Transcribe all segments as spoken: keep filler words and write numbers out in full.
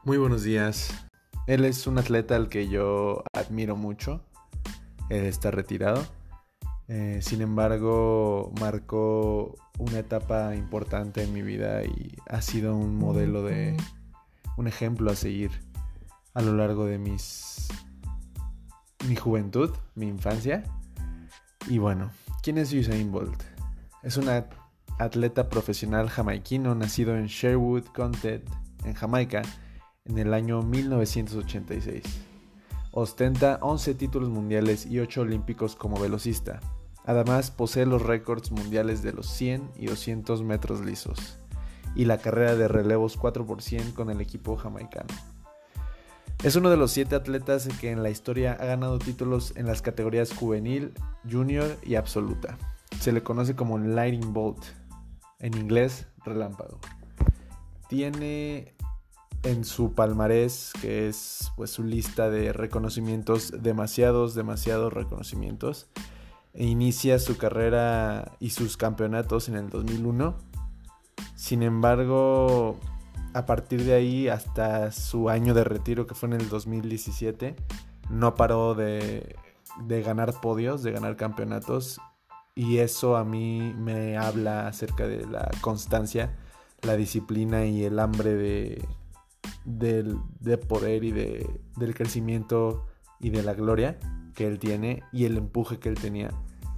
Muy buenos días. Él es un atleta al que yo admiro mucho. Él está retirado. Eh, sin embargo, marcó una etapa importante en mi vida y ha sido un modelo de un ejemplo a seguir a lo largo de mis mi juventud, mi infancia. Y bueno, ¿quién es Usain Bolt? Es un atleta profesional jamaiquino nacido en Sherwood, Connecticut, en Jamaica, en el año mil novecientos ochenta y seis. Ostenta once títulos mundiales y ocho olímpicos como velocista. Además, posee los récords mundiales de los cien y doscientos metros lisos y la carrera de relevos cuatro por cien con el equipo jamaicano. Es uno de los siete atletas que en la historia ha ganado títulos en las categorías juvenil, junior y absoluta. Se le conoce como Lightning Bolt, en inglés relámpago. Tiene en su palmarés, que es pues su lista de reconocimientos, demasiados, demasiados reconocimientos. E inicia su carrera y sus campeonatos en el dos mil uno. Sin embargo, a partir de ahí hasta su año de retiro, que fue en el dos mil diecisiete, no paró de, de ganar podios, de ganar campeonatos. Y eso a mí me habla acerca de la constancia, la disciplina y el hambre de, de, de poder y de, del crecimiento y de la gloria que él tiene y el empuje que él tenía.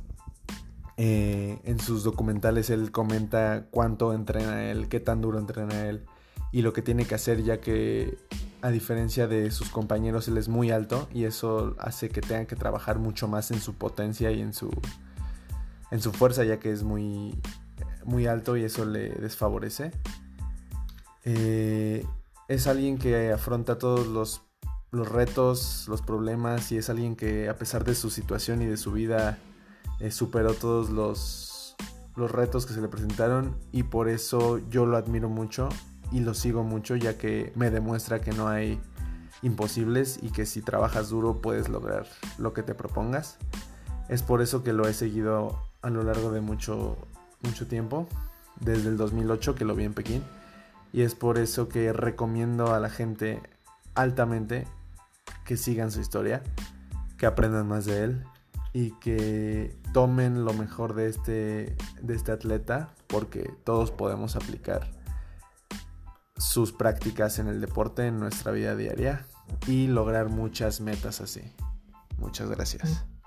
Eh, en sus documentales él comenta cuánto entrena él, qué tan duro entrena él y lo que tiene que hacer, ya que a diferencia de sus compañeros él es muy alto y eso hace que tenga que trabajar mucho más en su potencia y en su, en su fuerza, ya que es muy, muy alto y eso le desfavorece. Eh, es alguien que afronta todos los, los retos, los problemas, y es alguien que a pesar de su situación y de su vida eh, superó todos los, los retos que se le presentaron, y por eso yo lo admiro mucho y lo sigo mucho, ya que me demuestra que no hay imposibles y que si trabajas duro puedes lograr lo que te propongas. Es por eso que lo he seguido a lo largo de mucho, mucho tiempo, desde el dos mil ocho que lo vi en Pekín, y es por eso que recomiendo a la gente altamente que sigan su historia, que aprendan más de él y que tomen lo mejor de este, de este atleta, porque todos podemos aplicar sus prácticas en el deporte en nuestra vida diaria y lograr muchas metas así. Muchas gracias.